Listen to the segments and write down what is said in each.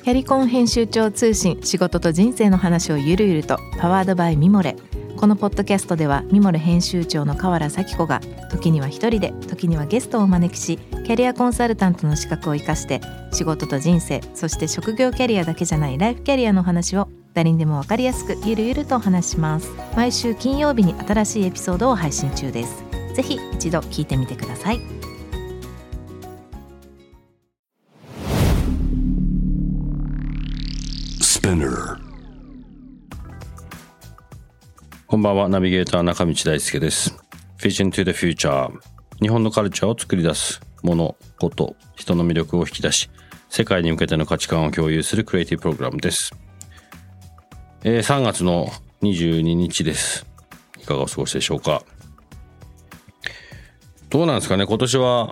キャリコン編集長通信、仕事と人生の話をゆるゆると、パワードバイミモレ。このポッドキャストではミモレ編集長の河原咲子が時には一人で、時にはゲストをお招きし、キャリアコンサルタントの資格を生かして仕事と人生、そして職業キャリアだけじゃないライフキャリアの話を誰にでも分かりやすくゆるゆるとお話します。毎週金曜日に新しいエピソードを配信中です。ぜひ一度聞いてみてください。 こんばんは、ナビゲーター中道大輔です。Vision to the Future。日本のカルチャーを作り出すもの、こと、人の魅力を引き出し、世界に向けての価値観を共有するクリエイティブプログラムです。3月の22日です。いかがお過ごしでしょうか。どうなんですかね、今年は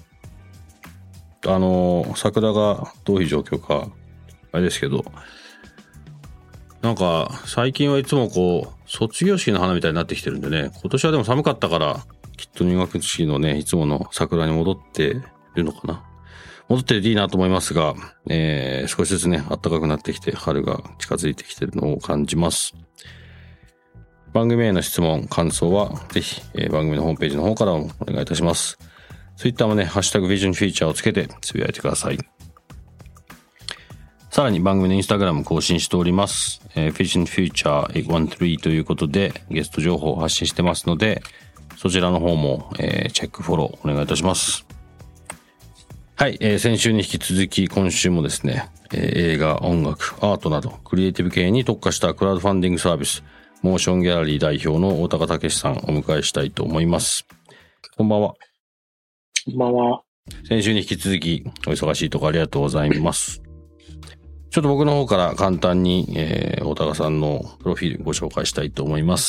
桜がどういう状況かあれですけど、なんか最近はいつも卒業式の花みたいになってきてるんでね、今年はでも寒かったからきっと入学式のね、いつもの桜に戻ってるのかな、戻ってていいなと思いますが、少しずつね暖かくなってきて春が近づいてきてるのを感じます。番組への質問感想はぜひ、番組のホームページの方からお願いいたします。ツイッターもねハッシュタグビジョンフューチャーをつけてつぶやいてください。さらに番組のインスタグラム更新しております。Vision Future 813ということでゲスト情報を発信してますので、そちらの方も、チェックフォローお願いいたします。はい、先週に引き続き今週もですね、映画、音楽、アートなどクリエイティブ系に特化したクラウドファンディングサービスモーションギャラリー代表の大高武さんをお迎えしたいと思います。こんばんは。 こんばんは。 先週に引き続きお忙しいところありがとうございます。ちょっと僕の方から簡単に、大高さんのプロフィールご紹介したいと思います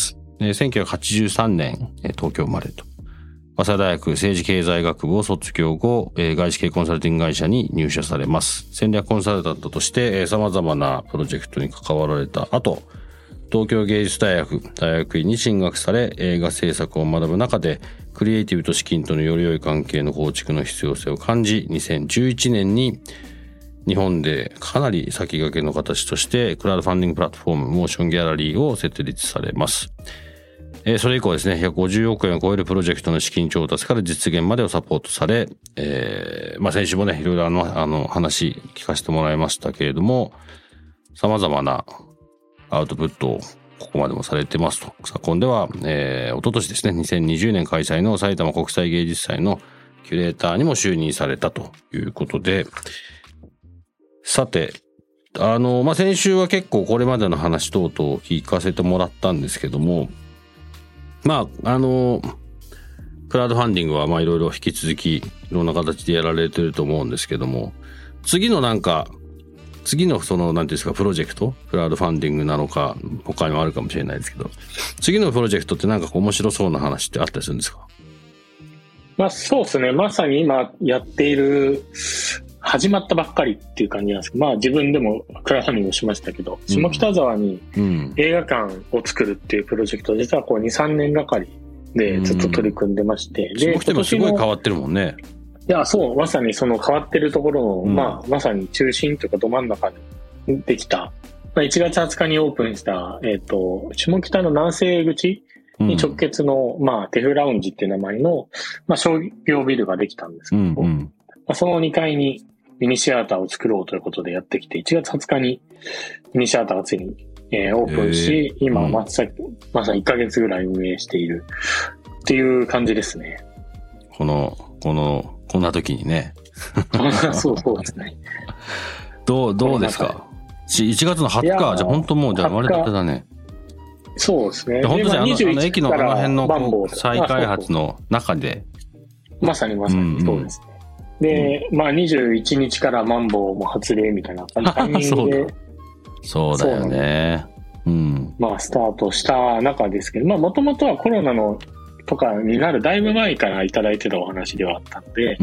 。1983年、東京生まれと。早稲田大学政治経済学部を卒業後、外資系コンサルティング会社に入社されます。戦略コンサルタントとして、様々なプロジェクトに関わられた後、東京芸術大学院に進学され、映画制作を学ぶ中で、クリエイティブと資金とのより良い関係の構築の必要性を感じ、2011年に日本でかなり先駆けの形としてクラウドファンディングプラットフォームモーションギャラリーを設立されます。それ以降ですね、150億円を超えるプロジェクトの資金調達から実現までをサポートされ、先週もねいろいろ話聞かせてもらいましたけれども、様々なアウトプットをここまでもされてますと。昨今では、一昨年ですね、2020年開催の埼玉国際芸術祭のキュレーターにも就任されたということで、さて、先週は結構これまでの話等々聞かせてもらったんですけども、クラウドファンディングはいろいろ引き続きいろんな形でやられてると思うんですけども、次のなんていうんですか、プロジェクト、クラウドファンディングなのか、他にもあるかもしれないですけど、次のプロジェクトってなんか面白そうな話ってあったりするんですか？ そうですね。まさに今やっている、始まったばっかりっていう感じなんですけど、自分でもクラウドファンディングしましたけど、下北沢に映画館を作るっていうプロジェクト、実は2、3年がかりでずっと取り組んでまして。 下北もすごい変わってるもんね。 いや、そう、まさにその変わってるところの、まさに中心というかど真ん中にできた、1月20日にオープンした、下北の南西口に直結の、テフラウンジっていう名前の、商業ビルができたんですけど、その2階にミニシアターを作ろうということでやってきて、1月20日にミニシアターがついに、オープンし、今まさに1ヶ月ぐらい運営しているっていう感じですね。 こんな時にね。 そうですね。 どうですか？1月の20日、じゃあ本当もう、じゃあ生まれたてだね。 そうですね。 本当じゃあ駅の辺の再開発の中で。 まさにそうですね。で、21日からマンボウも発令みたいなタイミングで。 そうだよね。 スタートした中ですけど、もともとはコロナのとかになるだいぶ前からいただいてたお話ではあったので、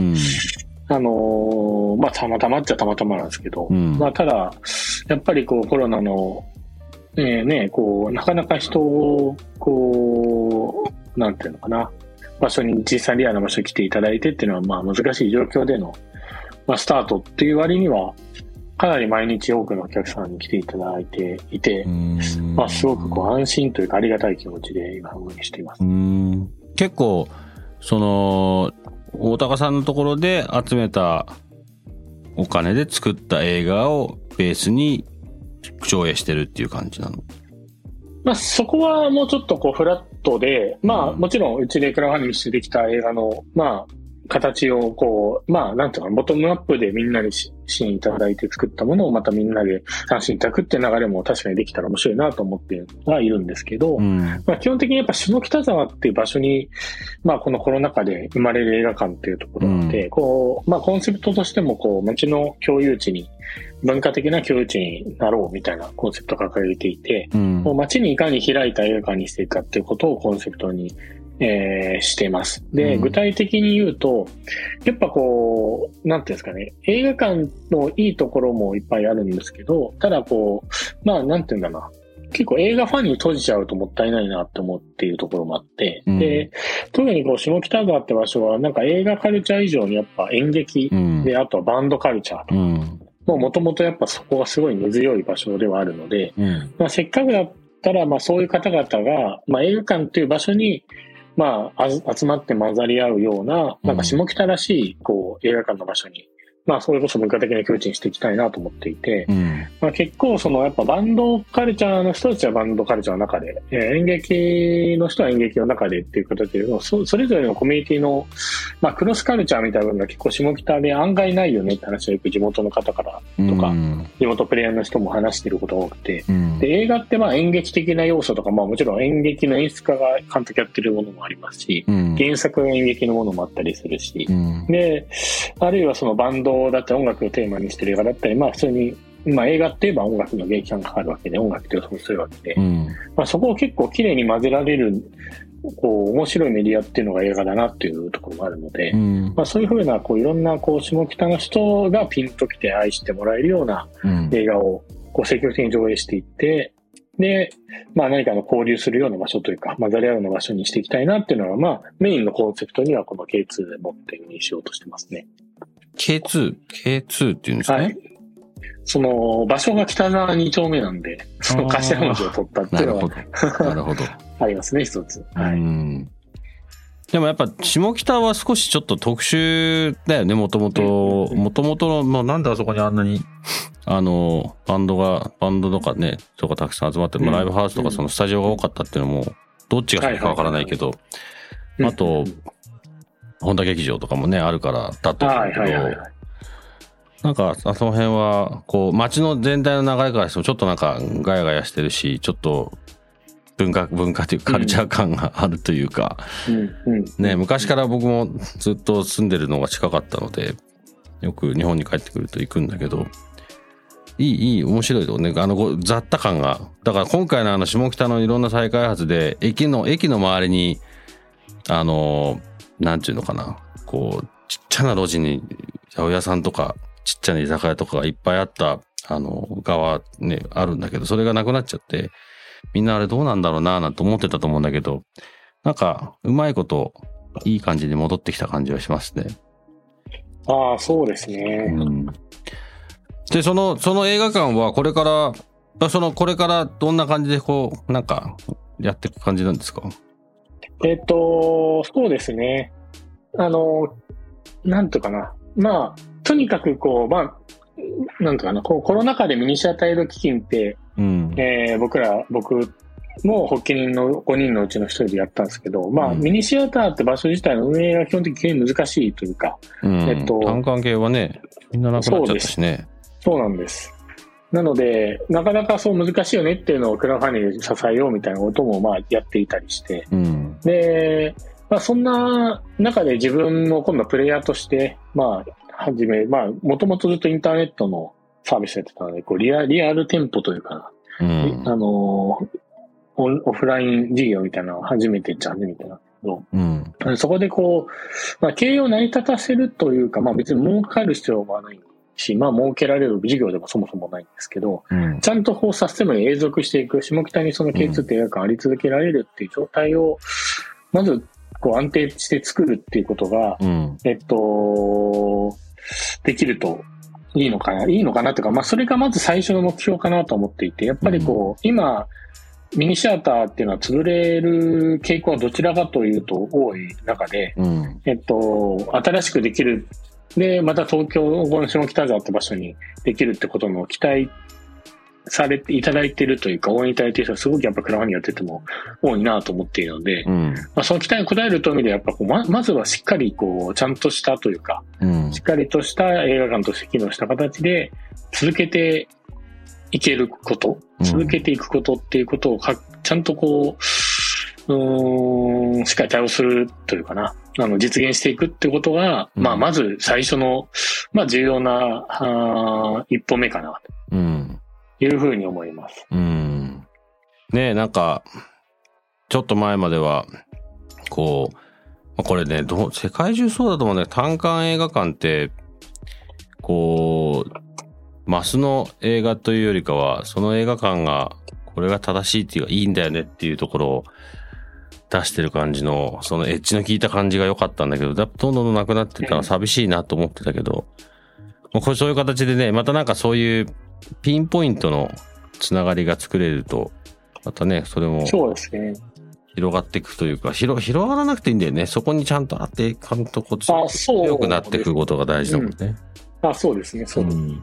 たまたまっちゃたまたまなんですけど、ただ、やっぱりコロナの、なかなか人を、なんていうのかな、場所に、実際リアルな場所に来ていただいてっていうのは、難しい状況での、スタートっていう割には、 かなり毎日多くのお客さんに来ていただいていて、すごくこう安心というかありがたい気持ちで今運営しています。 結構、大高さんのところで集めたお金で作った映画をベースに上映してるっていう感じなの？ そこはもうちょっとこうフラットで、もちろんうちでクラウドファンディングしてできた映画の、形をこう、なんていうか、ボトムアップでみんなに支援いただいて作ったものをまたみんなで楽しんでいただくっていう流れも確かにできたら面白いなと思ってはいるんですけど、基本的にやっぱ下北沢っていう場所に、このコロナ禍で生まれる映画館っていうところで、こう、コンセプトとしてもこう、街の共有地に、文化的な共有地になろうみたいなコンセプトを掲げていて、もう街にいかに開いた映画館にしていくかっていうことをコンセプトにしています。で、具体的に言うと、やっぱこう、なんていうんですかね、映画館のいいところもいっぱいあるんですけど、ただこう、なんていうんだな、結構映画ファンに閉じちゃうともったいないなって思っているところもあって、で、特にこう、下北沢って場所は、なんか映画カルチャー以上にやっぱ演劇で、あとはバンドカルチャーとか、もともとやっぱそこがすごい根強い場所ではあるので、せっかくだったら、そういう方々が、映画館という場所に、集まって混ざり合うような、なんか下北らしい、こう、映画館の場所に、それこそ文化的な境地にしていきたいなと思っていて、結構やっぱバンドカルチャーの人たちはバンドカルチャーの中で、演劇の人は演劇の中でっていう形で、それぞれのコミュニティの、クロスカルチャーみたいなのが結構下北で案外ないよねって話はよく地元の方からとか、地元プレイヤーの人も話していることが多くて、で、映画って演劇的な要素とか、もちろん演劇の演出家が監督やってるものもありますし、原作の演劇のものもあったりするし、で、あるいはそのバンドだったり音楽をテーマにしてる映画だったり、普通に、映画って言えば音楽の劇感がかかるわけで、音楽って要素もするわけで、そこを結構綺麗に混ぜられる、こう、面白いメディアっていうのが映画だなっていうところもあるので、そういうふうな、こう、いろんな、こう、下北の人がピンと来て愛してもらえるような映画を、こう、積極的に上映していって、で、何かの交流するような場所というか、混ざり合うような場所にしていきたいなっていうのが、メインのコンセプトにはこの K2 で持ってにしようとしてますね。 K2 っていうんですね。はい。 その、場所が北沢2丁目なんで、その頭文字を取ったっていうのは、 なるほど。 ありますね、一つ。はい。 でもやっぱ下北は少しちょっと特殊だよね、もともとの、なんであそこにあんなに、バンドとかね、とかたくさん集まって、ライブハウスとかそのスタジオが多かったっていうのも、どっちが先かわからないけど、あと、本田劇場とかもね、あるからだと思うけど、なんか、その辺は、こう、街の全体の流れからしても、ちょっとなんか、ガヤガヤしてるし、ちょっと、文化というかカルチャー感があるというか、ね、昔から僕もずっと住んでるのが近かったので、よく日本に帰ってくると行くんだけど、面白いとね、雑多感が。だから今回の下北のいろんな再開発で、駅の周りに、なんていうのかな、こう、ちっちゃな路地に、八百屋さんとか、ちっちゃな居酒屋とかがいっぱいあった、側ね、あるんだけど、それがなくなっちゃって、みんなあれどうなんだろうなぁなんて思ってたと思うんだけど、なんか、うまいこと、いい感じに戻ってきた感じはしますね。 ああ、そうですね。 で、その映画館はこれからどんな感じでこう、なんか、やっていく感じなんですか？ そうですね。なんとかな。とにかくこう、なんとかな、こうコロナ禍でミニシアター映画基金って、僕も発起人の5人のうちの1人でやったんですけど、ミニシアターって場所自体の運営が基本的に難しいというか、 単館系はね、みんななくなっちゃったしね。 そうなんです。なので、なかなかそう難しいよねっていうのをクラファンディングで支えようみたいなこともやっていたりして、で、そんな中で自分も今度はプレイヤーとして、もともとずっとインターネットのサービスやってたので、こうリアル店舗というかな、オフライン事業みたいなのを初めて始めてたんですけど、そこでこう、経営を成り立たせるというか、別に儲かる必要はないし、儲けられる事業でもそもそもないんですけど、ちゃんとこうサステナブルに永続していく、下北にその K2 って映画館あり続けられるっていう状態を、まず、こう安定して作るっていうことが、できるといいのかなというか、まあそれがまず最初の目標かなと思っていて、やっぱり今、ミニシアターっていうのは潰れる傾向はどちらかというと多い中で、新しくできる、で、また東京の下北沢って場所にできるってことの期待されていただいているというか、応援いただいている人がすごくやっぱクラファンディングやってても多いなと思っているので、まあ、その期待に応えるという意味でやっぱまずはしっかりちゃんとしたというか、しっかりとした映画館として機能した形で続けていけること、続けていくことっていうことをちゃんとしっかり対応するというかな、実現していくってことが、まあ、まず最初の、まあ、重要な、一歩目かな、というふうに思います。 ねえ、なんか、ちょっと前までは、これね、世界中そうだと思うんだけど、単館映画館って、マスの映画というよりかは、その映画館が、これが正しいっていうか、いいんだよねっていうところを出してる感じの、そのエッジの効いた感じが良かったんだけど、どんどんなくなってたら寂しいなと思ってたけど、そういう形でね、またなんかそういうピンポイントのつながりが作れると、またね、それも、そうですね。広がっていくというか、広がらなくていいんだよね。そこにちゃんと強くなっていくことが大事だもんね。 そうですね、そうですね。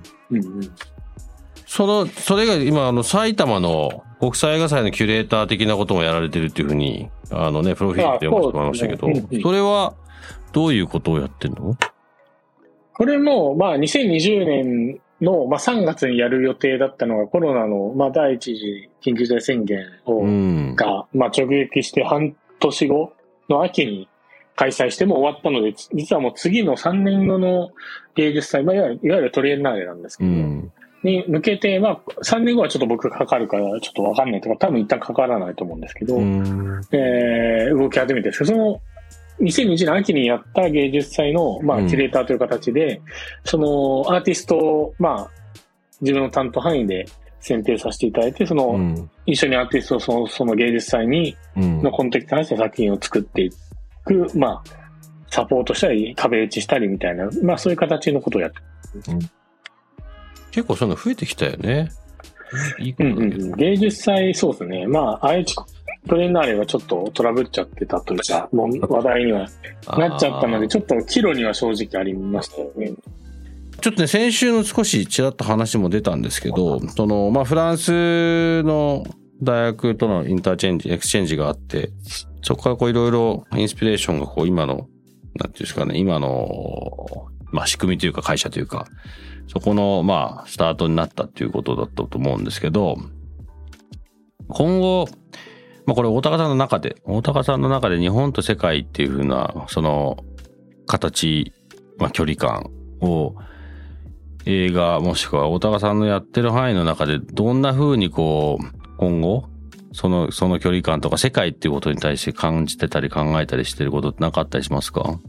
それが今、埼玉の国際映画祭のキュレーター的なこともやられてるっていうふうに、プロフィールで読ませてもらいましたけど、それはどういうことをやってんの？ これも、まあ、2020年の、まあ、3月にやる予定だったのがコロナの、まあ、第一次緊急事態宣言が、まあ、直撃して半年後の秋に開催しても終わったので、実はもう次の3年後の芸術祭、まあ、いわゆるトリエンナーレなんですけど、に向けて、まあ、3年後はちょっと僕がかかるからちょっとわかんないとか、多分一旦かからないと思うんですけど、動き始めてるんですけど、その2020年秋にやった芸術祭の、まあ、キュレーターという形で、そのアーティストを、まあ、自分の担当範囲で選定させていただいて、一緒にアーティストをその芸術祭のコンテクトにした作品を作っていく、まあ、サポートしたり、壁打ちしたりみたいな、まあ、そういう形のことをやってます。 結構そういうの増えてきたよね。いいことだけど。 芸術祭、そうですね。まあ、愛知トレーナーレがちょっとトラブっちゃってたというか、もう話題にはなっちゃったので、ちょっと岐路には正直ありましたよね。 ちょっとね、先週の少しちらっと話も出たんですけど、まあ、フランスの大学とのエクスチェンジがあって、そこからいろいろインスピレーションが今の、なんていうんですかね、今の、まあ、仕組みというか会社というか、そこの、まあ、スタートになったっていうことだったと思うんですけど、今後、まあ、これ、大高さんの中で日本と世界っていう風な、その、形、まあ、距離感を、映画、もしくは大高さんのやってる範囲の中で、どんな風に今後、その距離感とか、世界っていうことに対して感じてたり考えたりしてることって何かあったりしますか？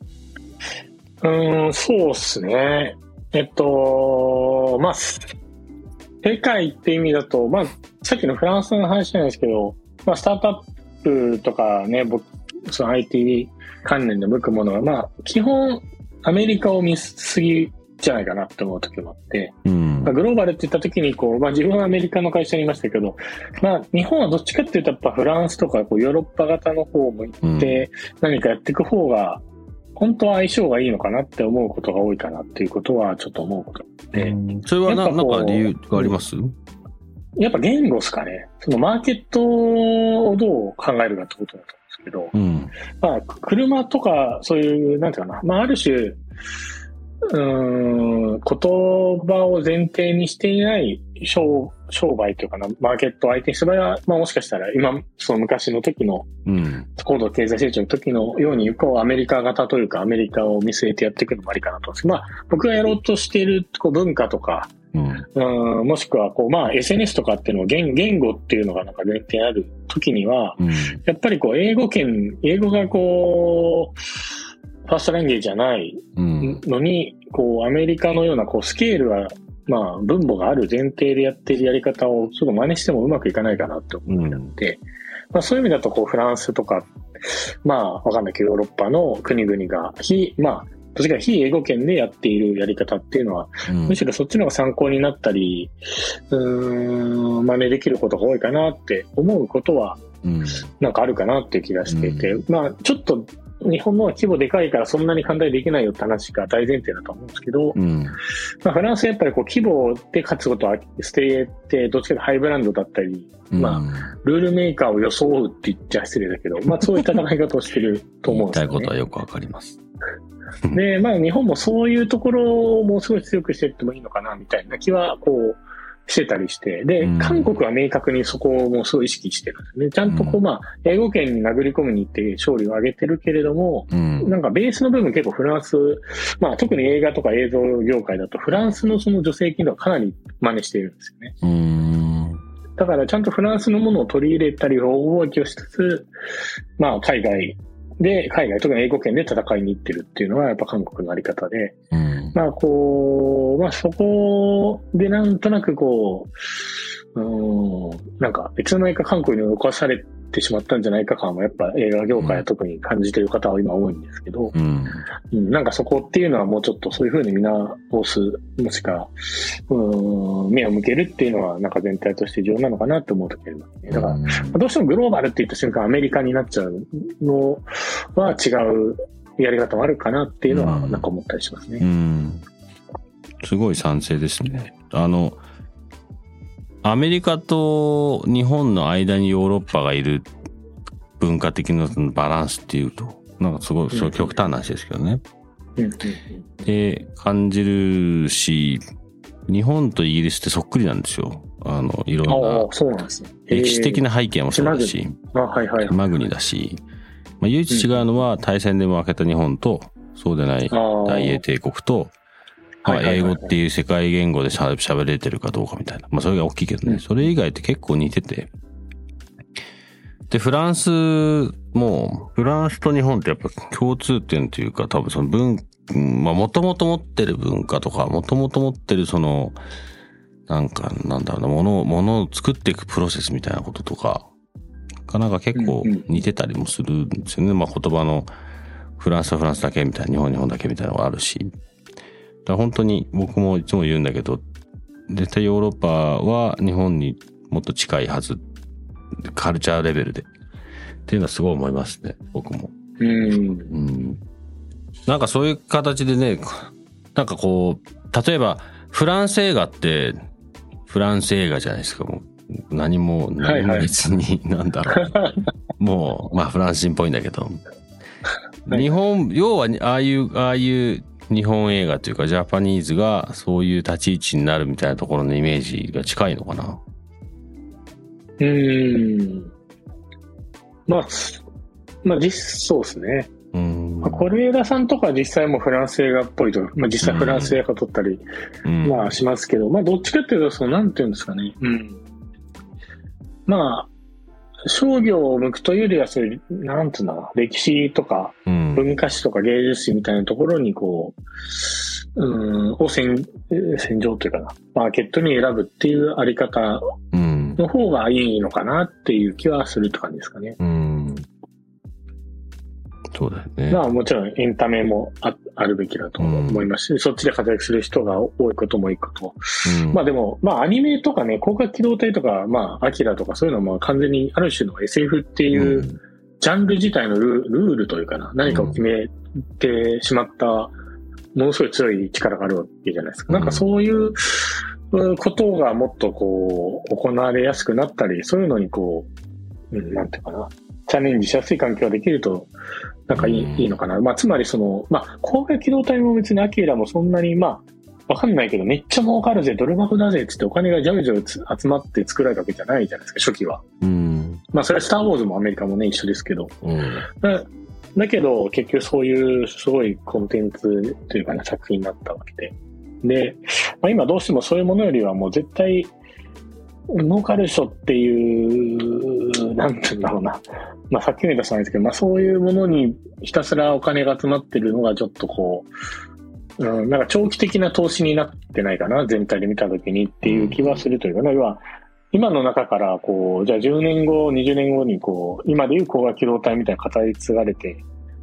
そうっすね。まあ、世界って意味だと、まあ、さっきのフランスの話なんですけど、まあ、スタートアップとかね、その IT 関連で向くものは、まあ、基本、アメリカを見すぎじゃないかなって思う時もあって、まあ、グローバルって言った時に、まあ、自分はアメリカの会社にいましたけど、まあ、日本はどっちかっていうと、やっぱフランスとか、ヨーロッパ型の方を向いて、何かやっていく方が、本当は相性がいいのかなって思うことが多いかなっていうことはちょっと思うことで。 それはなんか理由があります？ やっぱ言語ですかね。そのマーケットをどう考えるかってことだと思うんですけど、まあ、車とかそういう、なんていうかな、まあ、ある種、言葉を前提にしていない商売というかな、マーケットを相手にする場合は、まあもしかしたら今、その昔の時の、高度経済成長の時のように、アメリカ型というか、アメリカを見据えてやっていくのもありかなと思うんですけど、まあ僕がやろうとしている文化とか、もしくはまあ SNS とかっていうのを言語っていうのがなんか前提ある時には、やっぱり英語がファーストランゲージじゃないのに、アメリカのようなスケールは、まあ、分母がある前提でやっているやり方をちょっと真似してもうまくいかないかなって思って、まあ、そういう意味だとフランスとか、まあ、わかんないけどヨーロッパの国々がまあ、 どっちか非英語圏でやっているやり方っていうのは、むしろそっちの方が参考になったり、真似できることが多いかなって思うことは、なんかあるかなっていう気がしていて、まあ、ちょっと、日本の規模でかいからそんなに簡単にできないよって話が大前提だと思うんですけど、まあ、フランスはやっぱりこう規模で勝つことはしてて、どっちかというとハイブランドだったり、まあ、ルールメーカーを装うって言っちゃ失礼だけど、まあそういった戦い方をしてると思うんですよね。 言いたいことはよくわかります。 で、まあ日本もそういうところをもう少し強くしていってもいいのかなみたいな気はこうしてたりして、で、韓国は明確にそこをもうすごい意識してるんですね。ちゃんとこうまあ、英語圏に殴り込みに行って勝利を上げてるけれども、なんかベースの部分結構フランス、まあ特に映画とか映像業界だとフランスのその助成金とかかなり真似しているんですよね。だからちゃんとフランスのものを取り入れたり、貿易をしつつ、まあ海外、特に英語圏で戦いに行ってるっていうのはやっぱ韓国のあり方で、まあこう、まあそこでなんとなくこう、なんかいつの間にか韓国に侵されてしまったんじゃないか感はやっぱ映画業界は特に感じている方は今多いんですけど、なんかそこっていうのはもうちょっとそういうふうに見直す、もしくは、目を向けるっていうのはなんか全体として重要なのかなと思うときありますね。だから、どうしてもグローバルって言った瞬間アメリカになっちゃうのは違うやり方もあるかなっていうのはなんか思ったりしますね。 すごい賛成ですね。アメリカと日本の間にヨーロッパがいる文化的なバランスっていうと、なんかすごい、そう極端な話ですけどね。で、感じるし、日本とイギリスってそっくりなんですよ。いろんな。 そうなんですね。 歴史的な背景もそうだし、島国だし、まあ、唯一違うのは大戦でも負けた日本と、そうでない大英帝国と、英語っていう世界言語で喋れてるかどうかみたいな。まあそれが大きいけどね。それ以外って結構似てて。で、フランスと日本ってやっぱ共通点というか、多分そのまあもともと持ってる文化とか、もともと持ってるその、なんだろうな、ものを作っていくプロセスみたいなこととか、なんか結構似てたりもするんですよね。まあ言葉のフランスはフランスだけみたいな、日本だけみたいなのがあるし。だから本当に僕もいつも言うんだけど、絶対ヨーロッパは日本にもっと近いはず。カルチャーレベルで。っていうのはすごい思いますね、僕も。なんかそういう形でね、なんかこう、例えばフランス映画ってフランス映画じゃないですか、もう何も別に、なんだろう。もう、まあフランス人っぽいんだけど。要はああいう日本映画というかジャパニーズがそういう立ち位置になるみたいなところのイメージが近いのかな。まあそうですね。まあ、是枝さんとか実際もフランス映画っぽいと、まあ実際フランス映画撮ったり、まあしますけど、まあどっちかっていうと、なんていうんですかね。まあ、商業を向くというよりは、そういう、なんていうの、歴史とか、文化史とか芸術史みたいなところに、こう、戦場というかな、マーケットに選ぶっていうあり方の方がいいのかなっていう気はするって感じですかね。 そうだよね。 まあもちろんエンタメもあるべきだと思いますし、そっちで活躍する人が多いこともいいこと。まあでも、まあアニメとかね、広角機動隊とか、まあアキラとかそういうのも完全にある種の SF っていうジャンル自体のルールというかな、何かを決めてしまったものすごい強い力があるわけじゃないですか。なんかそういうことがもっとこう行われやすくなったり、そういうのにこう、なんていうかな、チャレンジしやすい環境ができると、なんかいいのかな。まあ、つまりまあ、広角機動隊も別にアキラもそんなに、まあ、わかんないけど、めっちゃ儲かるぜ、ドル箱だぜ、つってお金がジャブジャブ集まって作られたわけじゃないじゃないですか、初期は。まあ、それはスターウォーズもアメリカもね、一緒ですけど。だけど、結局そういうすごいコンテンツというかな、作品になったわけで。で、まあ、今どうしてもそういうものよりはもう絶対、儲かるでしょっていう、なんていうんだろうな。まあさっきも言ったんですけど、まあそういうものにひたすらお金が集まってるのがちょっとこう、なんか長期的な投資になってないかな、全体で見たときにっていう気はするというか、要は今の中からこう、じゃあ10年後、20年後にこう、今でいう広角機動隊みたいな語り継がれて、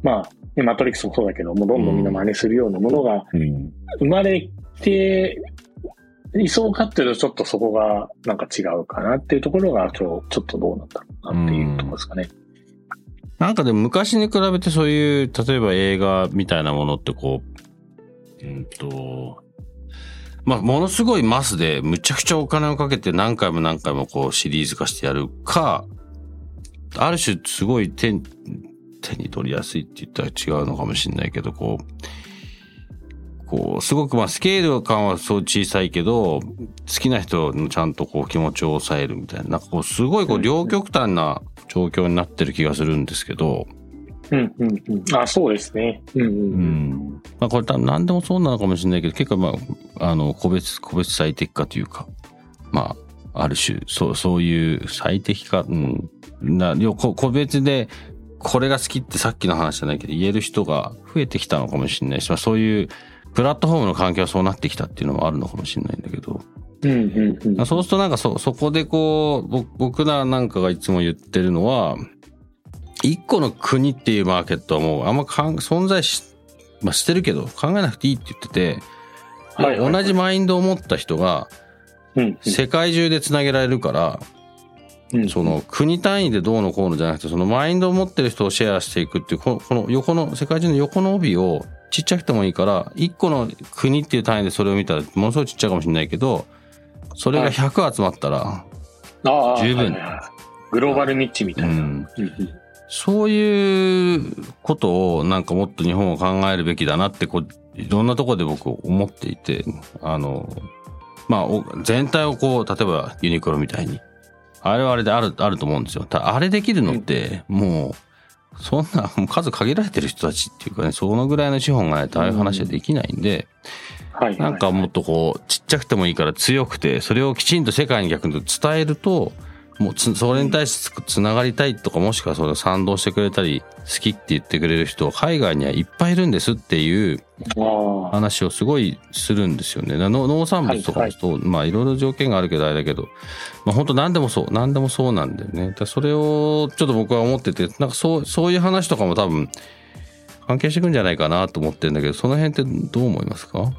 まあ、ね、マトリックスもそうだけど、もうどんどんみんな真似するようなものが生まれていそうかっていうと、ちょっとそこがなんか違うかなっていうところが、ちょっとどうなんだろうなっていうところですかね。 なんかでも昔に比べてそういう、例えば映画みたいなものってこう、まあ、ものすごいマスでむちゃくちゃお金をかけて何回も何回もこうシリーズ化してやるか、ある種すごい手に取りやすいって言ったら違うのかもしれないけど、こう、すごくまあスケール感はそう小さいけど、好きな人のちゃんとこう気持ちを抑えるみたいな、なんかこうすごいこう両極端な状況になってる気がするんですけど。 あ、そうですね。 まあこれ何でもそうなのかもしれないけど、結構まあ、個別最適化というか、まあ、ある種、そういう最適化、個別で、これが好きってさっきの話じゃないけど、言える人が増えてきたのかもしれないし、まあそういうプラットフォームの環境はそうなってきたっていうのもあるのかもしれないんだけど、そうするとなんかそこでこう、僕らなんかがいつも言ってるのは、一個の国っていうマーケットはもうあんま存在してるけど考えなくていいって言ってて、同じマインドを持った人が世界中でつなげられるから、その国単位でどうのこうのじゃなくて、そのマインドを持ってる人をシェアしていくっていう、この横の、世界中の横の帯をちっちゃくてもいいから、一個の国っていう単位でそれを見たらものすごいちっちゃいかもしれないけど、それが100集まったら十分。 グローバルニッチみたいな。 そういうことをなんかもっと日本は考えるべきだなっていろんなところで僕思っていて、まあ、全体をこう、例えばユニクロみたいに、あれはあれであると思うんですよ。あれできるのって、もう、そんな数限られてる人たちっていうかね、そのぐらいの資本がないとああいう話はできないんで、なんかもっとこう、ちっちゃくてもいいから強くて、それをきちんと世界に逆に伝えると、もうそれに対してつながりたいとか、もしくはそれを賛同してくれたり好きって言ってくれる人海外にはいっぱいいるんですっていう話をすごいするんですよね。農産物とかもそう、まあいろいろ条件があるけどあれだけど、まあ本当何でもそうなんだよね。それをちょっと僕は思ってて、なんかそういう話とかも多分関係してくんじゃないかなと思ってるんだけど、その辺ってどう思いますか？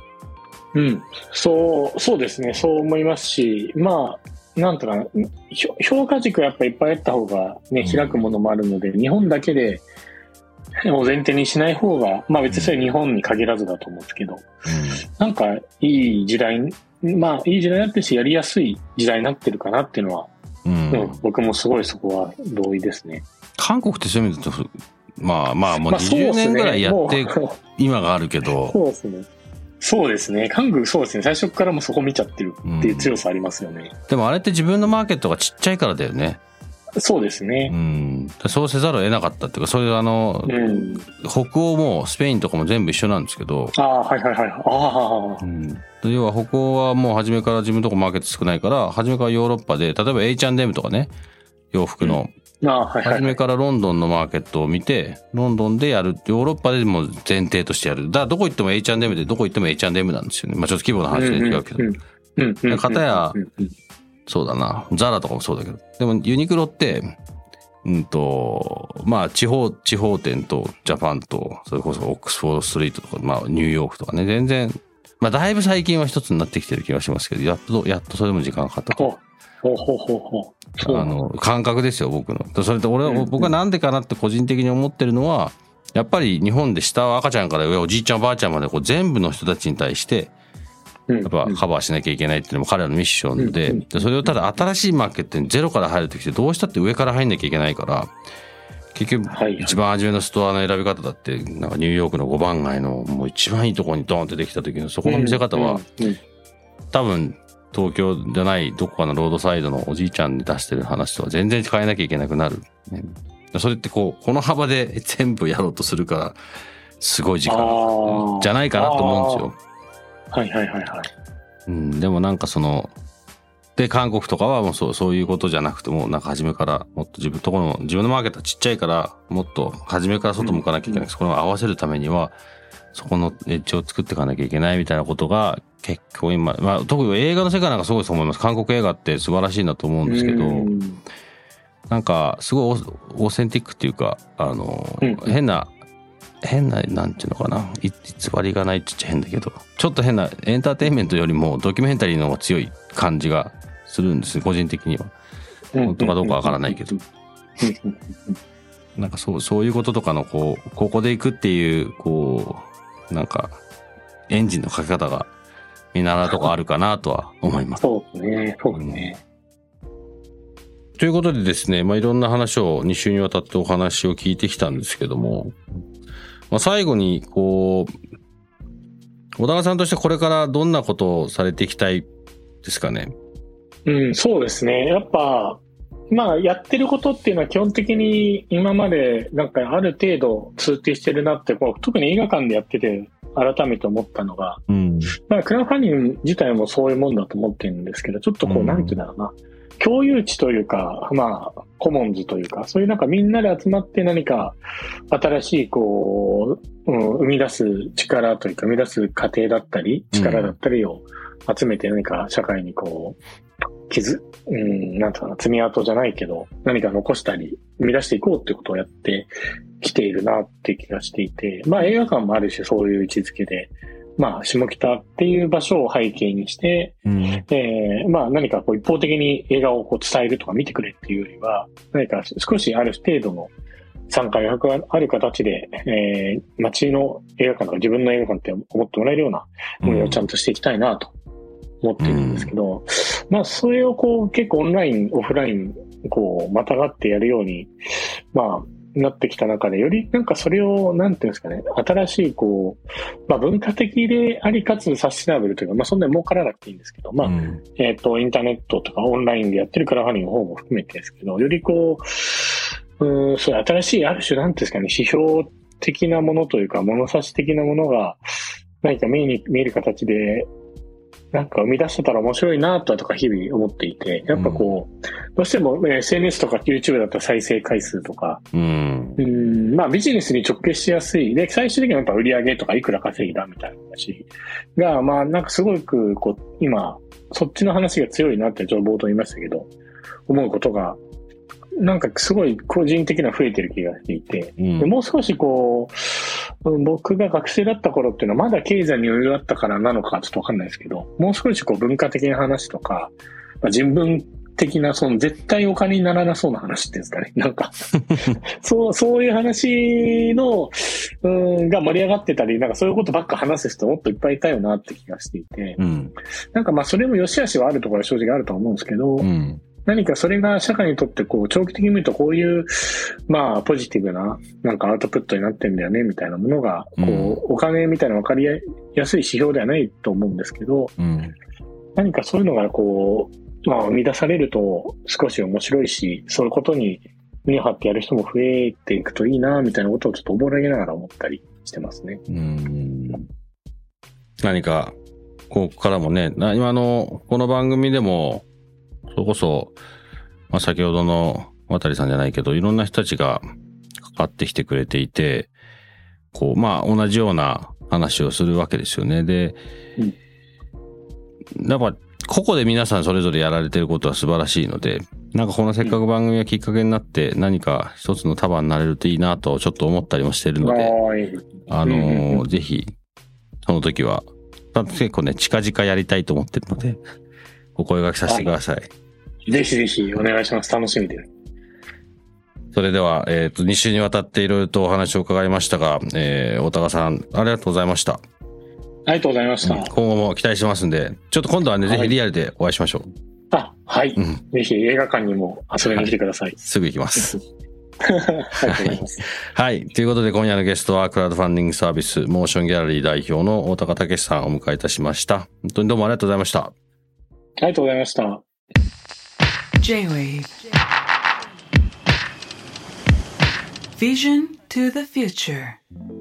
そうですね。そう思いますし、まあなんとか評価軸やっぱいっぱいあった方がね、開くものもあるので、日本だけでを前提にしない方が、まあ別にそれ日本に限らずだと思うんですけど、なんかいい時代になってるし、やりやすい時代になってるかなっていうのは、僕もすごいそこは同意ですね。 韓国ってそういう意味だと、まあもう20年ぐらいやって今があるけど、 そうですね。韓国そうですね。最初からもそこ見ちゃってるっていう強さありますよね。 でもあれって自分のマーケットがちっちゃいからだよね。 そうですね。 そうせざるを得なかったっていうか、そういう北欧もスペインとかも全部一緒なんですけど。要は北欧はもう初めから自分のとこマーケット少ないから、初めからヨーロッパで、例えば H&M とかね、洋服の。初めからロンドンのマーケットを見て、ロンドンでやる、ヨーロッパでも前提としてやる。だからどこ行っても H&M で、どこ行っても H&M なんですよね。まあちょっと規模の話で違うけど。片や、そうだな、ザラとかもそうだけど。でもユニクロって、まあ地方店とジャパンと、それこそオックスフォードストリートとか、まあニューヨークとかね、全然、まあだいぶ最近は一つになってきてる気がしますけど、やっとそれも時間がかかったと。感覚ですよ、僕の。それで僕はなんでかなって個人的に思ってるのは、やっぱり日本で下は赤ちゃんから上おじいちゃんおばあちゃんまでこう全部の人たちに対して、やっぱカバーしなきゃいけないっていうのも彼らのミッションで、それをただ新しいマーケットにゼロから入るときってどうしたって上から入んなきゃいけないから、結局一番初めのストアの選び方だって、なんかニューヨークの5番街のもう一番いいところにドーンってできた時のそこの見せ方は、多分、東京じゃないどこかのロードサイドのおじいちゃんに出してる話とは全然変えなきゃいけなくなる。それってこの幅で全部やろうとするから、すごい時間じゃないかなと思うんですよ。でもなんかで、韓国とかはもうそういうことじゃなくても、なんか初めからもっと自分のマーケットはちっちゃいから、もっと初めから外向かなきゃいけない。そこを合わせるためには、そこのエッジを作っていかなきゃいけないみたいなことが結構今、まあ特に映画の世界なんかすごいと思います。韓国映画って素晴らしいなと思うんですけど、なんかすごいオーセンティックっていうか、変ななんていうのかな、偽りがないって言っちゃ変だけど、ちょっと変なエンターテインメントよりもドキュメンタリーの方が強い感じがするんですね、個人的には。本当かどうかわからないけど。なんかそういうこととかのここで行くっていう、なんか、エンジンのかけ方が見習うとこあるかなとは思います。 そうですね。そうですね。 ということでですね、いろんな話を2週にわたってお話を聞いてきたんですけども、最後に、小高さんとしてこれからどんなことをされていきたいですかね。 そうですね。やっぱ、やってることっていうのは基本的に今までなんかある程度通底してるなって、特に映画館でやってて改めて思ったのが、クラウドファンディング自体もそういうもんだと思ってるんですけど、ちょっとなんていうんだろうな、共有値というか、コモンズというか、そういうなんかみんなで集まって何か新しい生み出す力というか、生み出す過程だったり、力だったりを集めて何か社会になんとかな、爪痕じゃないけど、何か残したり、生み出していこうっていうことをやってきているなって気がしていて、映画館もある種そういう位置づけで、下北っていう場所を背景にして、何か一方的に映画を伝えるとか見てくれっていうよりは、何か少しある程度の参加余白がある形で、街の映画館とか自分の映画館って思ってもらえるようなものをちゃんとしていきたいなと思っているんですけど、それを結構オンライン、オフライン、またがってやるように、なってきた中で、よりなんかそれを、なんていうんですかね、新しい文化的でありかつサステナブルというか、そんなに儲からなくていいんですけど、インターネットとかオンラインでやってるクラファンディングの方も含めてですけど、よりそういう新しいある種なんていうんですかね、指標的なものというか、物差し的なものが何か目に見える形で、なんか生み出してたら面白いなとか日々思っていて、やっぱどうしても SNS とか YouTube だったら再生回数とか、ビジネスに直結しやすい。で、最終的にはやっぱ売り上げとかいくら稼いだみたいな話が、なんかすごく今、そっちの話が強いなってちょっと冒頭言いましたけど、思うことが、なんかすごい個人的な増えてる気がしていて、でもう少し僕が学生だった頃っていうのはまだ経済に余裕あったからなのかちょっとわかんないですけど、もう少し文化的な話とか、人文的な絶対お金にならなそうな話っていうんですかね。なんか、そういう話の、が盛り上がってたり、なんかそういうことばっか話す人もっといっぱいいたよなって気がしていて、なんかそれも良し悪しはあるところは正直あると思うんですけど、何かそれが社会にとって長期的に見るとこういう、ポジティブな、なんかアウトプットになってんだよね、みたいなものが、お金みたいな分かりやすい指標ではないと思うんですけど、何かそういうのが生み出されると少し面白いし、そういうことに胸を張ってやる人も増えていくといいな、みたいなことをちょっとおぼろげながら思ったりしてますね。 何か、ここからもね、今この番組でも、それこそ、先ほどの渡さんじゃないけど、いろんな人たちがかかってきてくれていて、同じような話をするわけですよね。で、やっぱ、個々で皆さんそれぞれやられてることは素晴らしいので、なんかこのせっかく番組がきっかけになって何か一つの束になれるといいなとちょっと思ったりもしてるので、ぜひ、その時は、結構ね、近々やりたいと思ってるので、お声掛けさせてください。 ぜひぜひお願いします。楽しみです。 それでは、2週にわたっていろいろとお話を伺いましたが、大高さん、ありがとうございました。 ありがとうございました。 今後も期待してますんで、ちょっと今度はね、ぜひリアルでお会いしましょう。 はい。ぜひ映画館にも遊びに来てください。 すぐ行きます。 ありがとうございます。 はい。ということで今夜のゲストはクラウドファンディングサービスモーションギャラリー代表の大高武さんをお迎えいたしました。本当にどうもありがとうございました。 ありがとうございました。 J-Wave Vision to the Future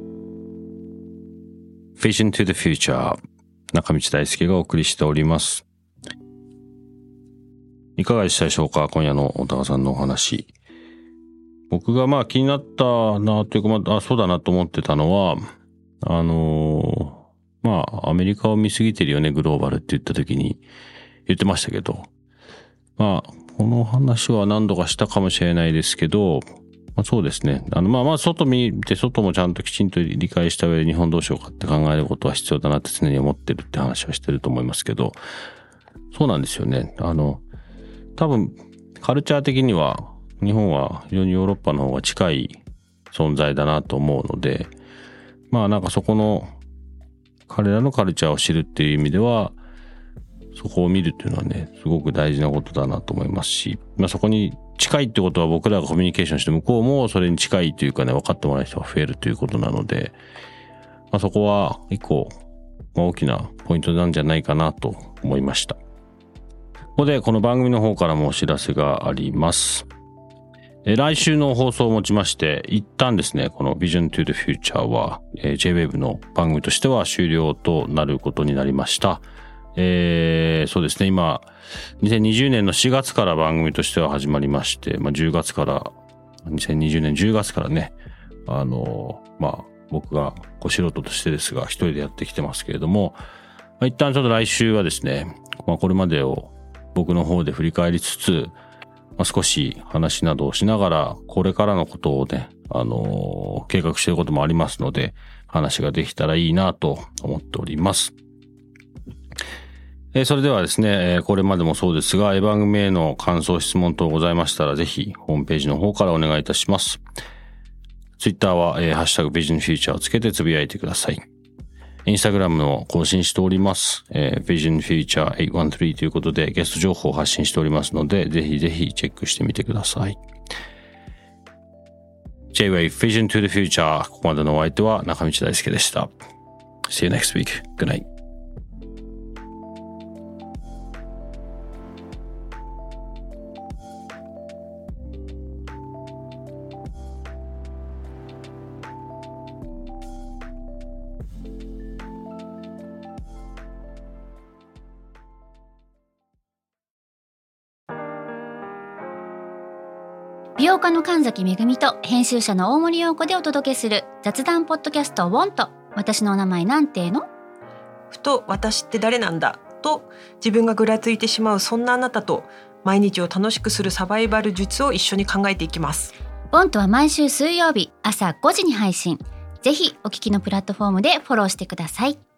Vision to the Future 中道大輔がお送りしております。いかがでしたでしょうか、今夜の大高さんのお話。僕が気になったなというか、そうだなと思ってたのは、アメリカを見すぎてるよね、グローバルって言った時に言ってましたけど、この話は何度かしたかもしれないですけど、 そうですね。まあ外見て、外もちゃんときちんと理解した上で日本どうしようかって考えることは必要だなって常に思ってるって話はしてると思いますけど、そうなんですよね。多分、カルチャー的には、日本は非常にヨーロッパの方が近い存在だなと思うので、まあなんかそこの、彼らのカルチャーを知るっていう意味では、そこを見るっていうのはね、すごく大事なことだなと思いますし、まあそこに近いってことは僕らがコミュニケーションして向こうもそれに近いというかね、分かってもらえる人が増えるということなので、まあそこは一個、大きなポイントなんじゃないかなと思いました。ここでこの番組の方からもお知らせがあります。来週の放送をもちまして、一旦ですね、この Vision to the Future は、J-Wave の番組としては終了となることになりました。そうですね、今、2020年の4月から番組としては始まりまして、まあ、2020年10月からね、まあ、僕がご素人としてですが、一人でやってきてますけれども、まあ、一旦ちょっと来週はですね、まあ、これまでを僕の方で振り返りつつ、まあ、少し話などをしながら、これからのことをね、計画していることもありますので、話ができたらいいなと思っております。それではですね、これまでもそうですが、番組への感想、質問等ございましたら、ぜひ、ホームページの方からお願いいたします。ツイッターは、ハッシュタグビジョンフューチャーをつけてつぶやいてください。インスタグラムの更新しております。Vision Future 813ということでゲスト情報を発信しておりますので、ぜひぜひチェックしてみてください。J-Wave Vision to the Future。ここまでのお相手は中道大輔でした。See you next week. Good night. 美容家の神崎めぐみと編集者の大森洋子でお届けする雑談ポッドキャストWANT。私のお名前なんての？ ふと私って誰なんだと自分がぐらついてしまうそんなあなたと毎日を楽しくするサバイバル術を一緒に考えていきます。 WANTは毎週水曜日朝5時に配信。ぜひお聞きのプラットフォームでフォローしてください。